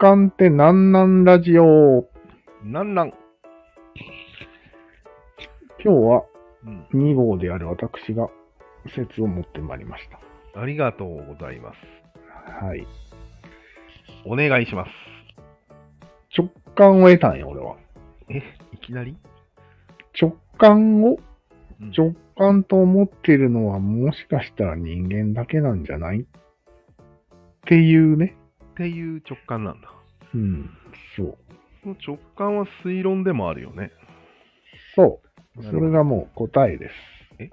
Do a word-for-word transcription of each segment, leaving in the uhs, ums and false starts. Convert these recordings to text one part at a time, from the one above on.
感ってなんなんラジオ。 なんなん。 今日はうん。 に号である私が説を持ってまいりましありがとうございます。 た。はい。 お願いします。 直感を得たんよ、俺は。 え、いきなり直感をうん直感と思ってるのはもしかしたら人間だけなんじゃないっていうね。 っていう直感なんだ。 うん。そう。 その直感は推論でもあるよね。 そう。そなるほどれがもう答えです。 え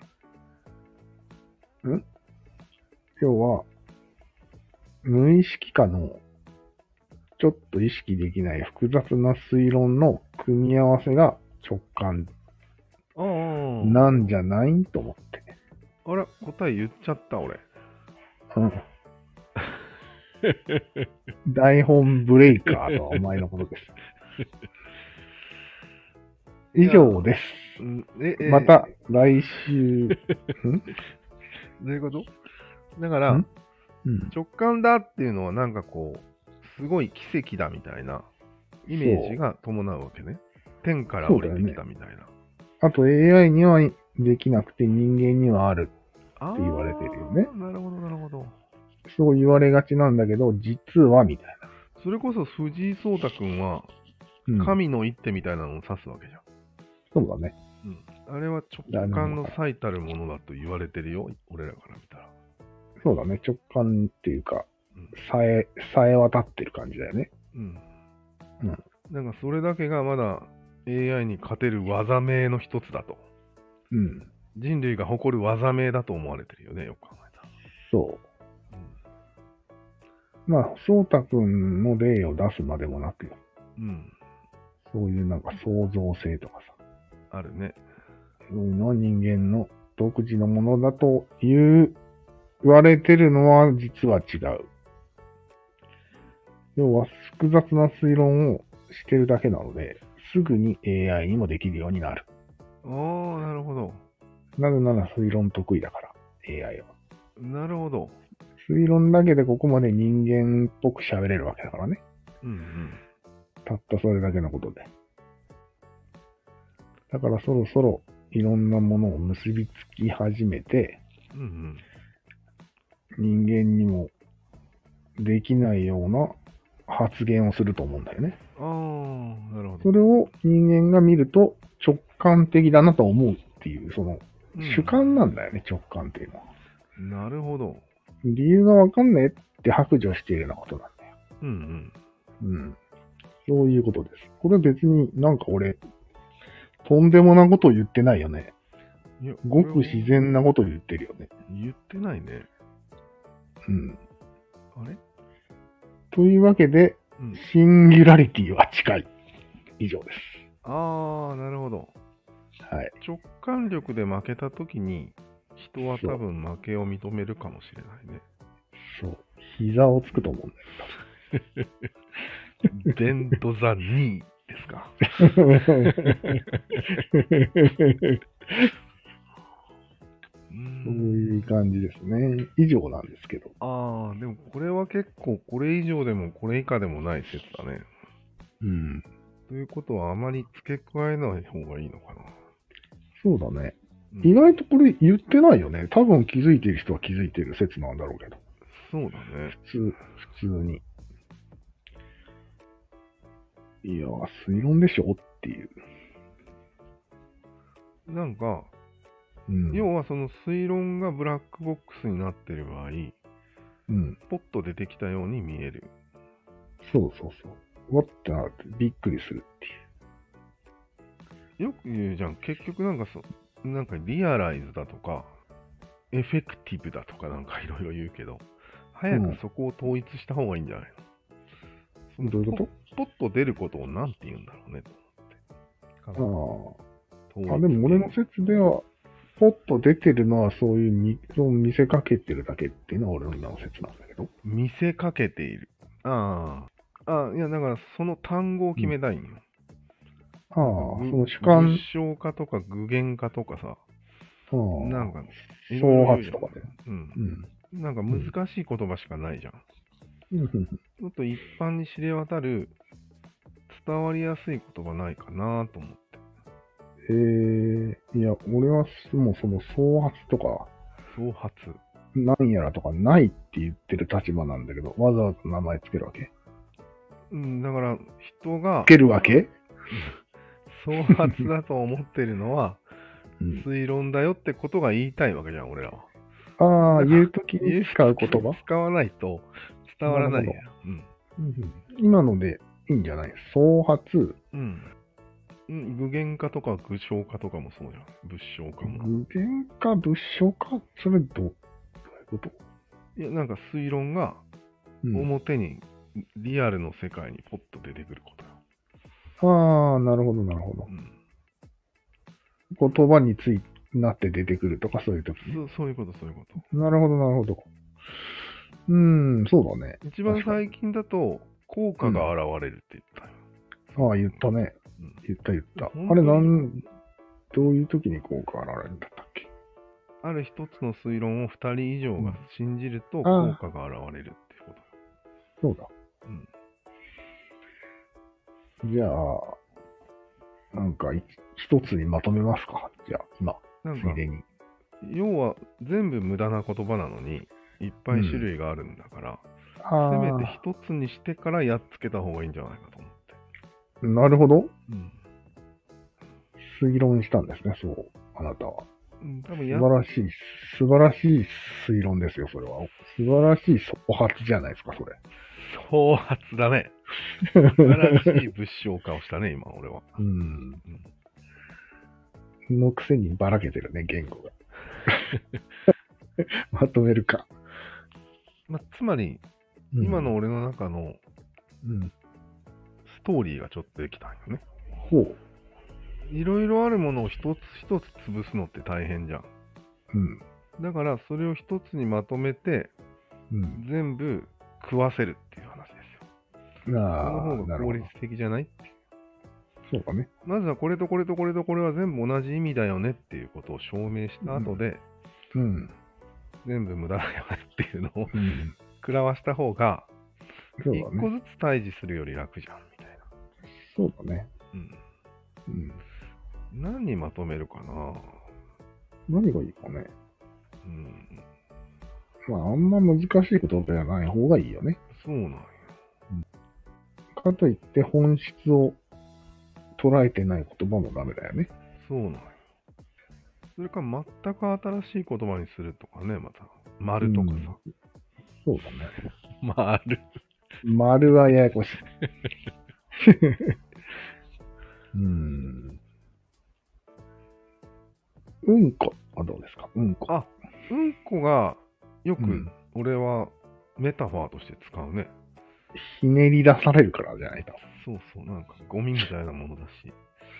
ん今日は、無意識下のちょっと意識できない複雑な推論の組み合わせが直感ああ。 なんじゃないと思って。 あら、答え言っちゃった、俺。 うん。台本ブレイカーとはお前のことです。以上です。 うんえ、えまた来週。んどういうことだからん、うん。 直感だっていうのはなんかこう、すごい奇跡だみたいなイメージが伴うわけね。天から降りてきたみたいな。 あと エーアイ にはできなくて人間にはある。 あって言われてるよねあ、なるほど、なるほど。 そう言われがちなんだけど、実はみたいそれこそ藤井聡太君は、 な。うん、 神の一手みたいなのを指すわけじゃん。 そうだね。 うん。あれは直感の最たるものだと言われてるよ、俺らから見たら。 そうだね。直感っていうか、 うんさえ、さえ渡ってる感じだよね。 うん。 うん。 なんかそれだけがまだ エーアイ に勝てる技名の一つだと。 うん。 人類が誇る技名だと思われてるよね、よく考えたら。 そう。まあ、そうたくんの例を出すまでもなくよ。 うん。うん。 そういうなんか創造性とかさ。 あるね。 そういうのは人間の独自のものだという言われてるのは実は違う。要は複雑な推論をしてるだけなので、すぐに エーアイ にもできるようになる。 ああ、なるほど。 なぜなら推論得意だから、エーアイ は。 なるほど。 推論だけでここまで人間っぽく喋れるわけだからね。 うんうん。 たったそれだけのことで。だからそろそろいろんなものを結びつき始めて、 うんうん。 人間にもできないような発言をすると思うんだよね。 ああ、なるほど。 それを人間が見ると直感的だなと思うっていう、その主観なんだよね、直感っていうのは。 なるほど。 理由がわかんねえって白状しているようなことなんだよ。 うんうん。そういうことです。これ別になんか俺、とんでもなこと言ってないよね。 うん。いや、 ごく自然なこと言ってるよね。 言ってないね。 うん。 あれというわけで、 うん。 シンギュラリティは近い。以上です。 ああ、なるほど。 はい。 直感力で負けたときに、人は多分負けを認めるかもしれないね。 そう。膝をつくと思うんだよ。 ベンドザニーですか。うそうんいう感じですね。以上なんですけど。 ああ、でもこれは結構これ以上でもこれ以下でもない説だね。 うん。 ということはあまり付け加えない方がいいのかな。 そうだね。 うん意外とこれ言ってないよね。多分気づいてる人は気づいてる説なんだろうけど。 そうだね。 普通、普通に。いやー、推論でしょっていう。 なんか、 うん。 要はその推論がブラックボックスになってる場合、 うん。 ポッと出てきたように見える。 そうそうそう。わってなってびっくりするっていう。 よく言うじゃん。結局なんかそ、なんかリアライズだとか、エフェクティブだとかなんかいろいろ言うけど、早くそこを統一した方がいいんじゃないの、 うん、どういうこポッと出ることをなんて言うんだろうねと思って。 とああ。あ、でも俺の説では、ポッと出てるのはそういうみそう見せかけてるだけっていうのは俺の今の説なんだけど。 見せかけている。ああ。ああ、いや、だからその単語を決めたいんよ。 ああ、 ぐその主観。 具象化とか具現化とかさ、 ああ、 なんか、 創発とかで。 うん。 うん。 なんか難しい言葉しかないじゃん。 うんうんちょっと一般に知れ渡る、伝わりやすい言葉ないかなと思って。 えー、いや、俺はもうその創発とか、 創発。 なんやらとかないって言ってる立場なんだけど、わざわざ名前つけるわけうん、だから人がつけるわけ創発だと思ってるのはうん。 推論だよってことが言いたいわけじゃん、俺らは。 ああ、 だから言うときに使う言葉使わないと伝わらないよ。うん。 うんうん今のでいいんじゃない創発、 うん。うん具現化とか具象化とかもそうじゃん。物象化も。 具現化、物象化、それど、どういうこといや、なんか推論がうん。 表にリアルの世界にポッと出てくることよ。 ああ、なるほど、なるほどう。ん。 言葉についなって出てくるとかそういう時ね。 そそういうこと、そういうこなるほど、なるほど。うーん、そうだね。 と。一番最近だと効果が現れるって言ったよ。 ああ、言ったね。 うん言った言った。 本当にあれ、なん、どういう時に効果が現れるんだったっけある一つの推論を二人以上が信じるとうん効果が現れるっていうこと。 そうだ。 うん。 じゃあ、なんかい一つにまとめますか。じゃあ、今、 なんかついでに。 要は全部無駄な言葉なのにいっぱい種類があるんだから、 あせめてあ、 一つにしてからやっつけた方がいいんじゃないかと思って。 なるほど。 うん。 推論したんですね、そう、あなたは。 うん多分素や晴らしい、素晴らしい推論ですよ、それは。素晴らしい創発じゃないですか、それ。 創発だね。素晴らしい物象化をしたね、今俺は。 うん。のくせにばらけてるね、言語が。まとめるか。 まあ、つまり、 うん今の、俺の中のうん。 ストーリーがちょっとできたんよね。 ほう。 いろいろあるものを一つ一つ潰すのって大変じゃん。 うん。 だからそれを一つにまとめてうん。 全部食わせるっていう話ですよ。 ああ、 その方が効なるほど。 率的じゃないっていう。 そうだね。 まずはこれとこれとこれとこれは全部同じ意味だよねっていうことを証明した後で、 うん。 全部無駄だよねっていうのをうん。 食らわした方がそうだ一個ね。 ずつ対峙するより楽じゃんみたいな。 そうだね。 うん。 うん。 何にまとめるかな。 何がいいかね。 うん。 まあ、あんま難しいことじゃない方がいいよね。 そうなんよ。 かといって本質を捉えてない言葉もダメだよね。 そうなんよ。それか全く新しい言葉にするとかね、また。丸とかさ。 そうだね。 丸。 丸はややこしい。うーん。うんこはどうですかうんこ。 あ、うんこがよくうん俺はメタファーとして使うね。 ひねり出されるからじゃないと。 そうそう、なんかゴミみたいなものだし。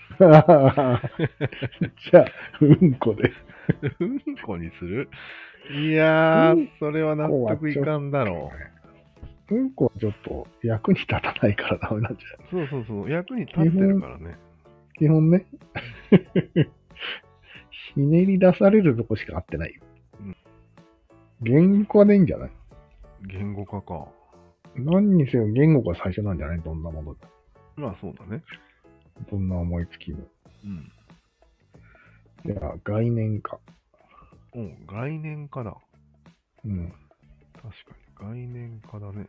じゃあ、うんこで。 うんこにするいやー、 うんそれは納得いかんだろう。 うんこはちょっと役に立たないからダメなんじゃないそうそうそう、役に立ってるからね。 基本ね。ひねり出されるとこしか合ってないよ。 うん言語化でいいんじゃない言語化か。 何にせよ言語が最初なんじゃないどんなものだ。 まあそうだね。 どんな思いつきも。 うん。 じゃあ、概念化。 お概念化だ。 うん。 確かに。概念化だね。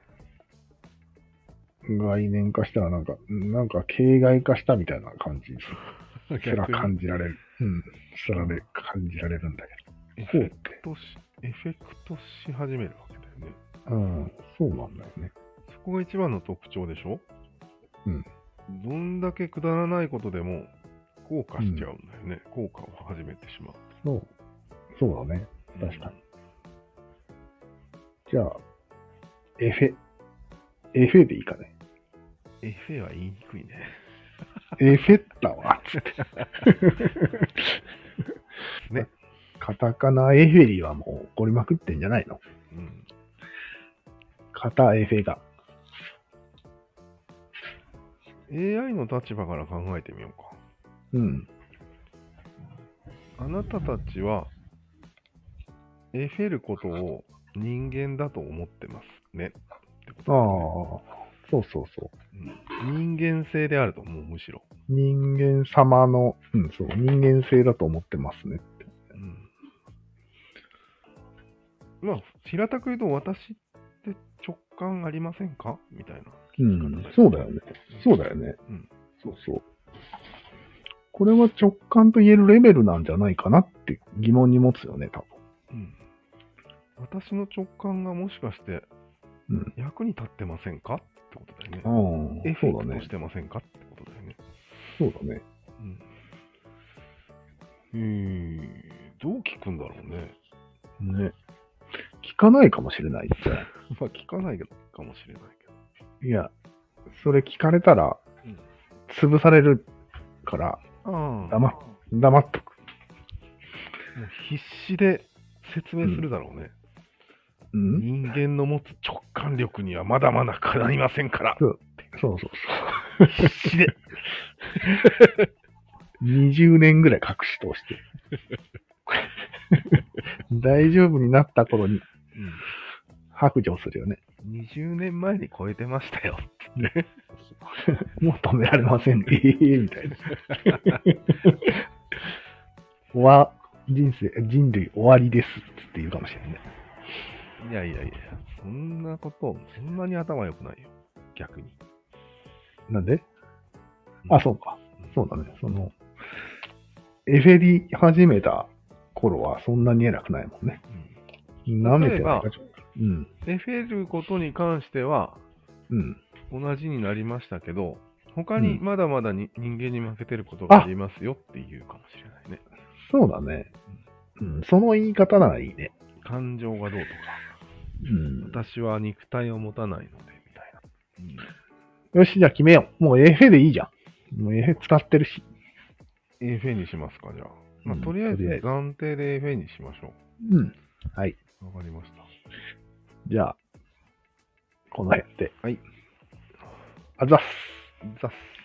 概念化したらなんか、なんか形骸化したみたいな感じすら逆に感じられる。うん。すられ感じられるんだけエフェクトし、エフェクトし始めるわけだよね。 ど。うん。そうなんだよね。 そこが一番の特徴でしょうん。 どんだけくだらないことでも効果しちゃうんだよね。効果を始めてしまう。 そう。そうだね。確かに。じゃあ、エフェ。エフェでいいかね。 エフェは言いにくいね。 エフェッタは、つって。 ね。 カタカナエフェリはもう怒りまくってんじゃないのうん。 カタエフェが。 エーアイ の立場から考えてみようか。 うん。 あなたたちはエフェることを人間だと思ってますねってこああ、 とそうそうそだよね。うん、人間性であると思う、むしろ。 う。人間様の、うん、そう、人間性だと思ってますねって。 うん、まあ、平たく言うと、私って直感ありませんかみたいなう聞き方だよね。 ん、そうだよね。そうだよね。 うん、 そうそう。これは直感と言えるレベルなんじゃないかなって疑問に持つよね、多うん。私の直感がもしかして分。 役に立ってませんかってことだよね。 うん。ああ、 エフェクそうだね。 トしてませんかってことだよね。 そうだね。 うん。えー、どう聞くんだろうね。 ね。聞かないかもしれないって。 まあ聞かないかもしれないけど。 いや、それ聞かれたらうん、 潰されるから、 ああ。 黙っ、黙っとく。 もう必死で説明するだろうね。 うん人間の持つ直感力にはまだまだかないませんから。 そうそうそうそう。 必死で。 にじゅうねんぐらい隠し通して。大丈夫になった頃にうん白状するよね。 にじゅうねんまえに超えてましたよってもう止められませんね。ええみたいな。終わ、人生、人類終わりですって言うかもしれないね。 いやいやいや、そんなこと、そんなに頭良くないよ。逆に。 なんでうんあ、そうか。そうだね。その、エフェり始めた頃はそんなに偉くないもんね。舐めてないか、ちょっと。うん。 うんエフェることに関してはうん。 同じになりましたけど、他にうんまだまだに人間に負けてることがありますよっていうかもしれないね。 そうだね。うん。その言い方ならいいね。 感情がどうとか、 うん。 私は肉体を持たないので、みたいな。 よし、じゃあ決めよう。もうエフェでいいじゃん。もうエフェ使ってるし。 エフェにしますか、じゃあ。まあ、 うんとりあえずとりあえず暫定でエフェにしましょうん。はい。 う。わかりました。 じゃあ、この辺で。 はい。 あざっす。 ザッス。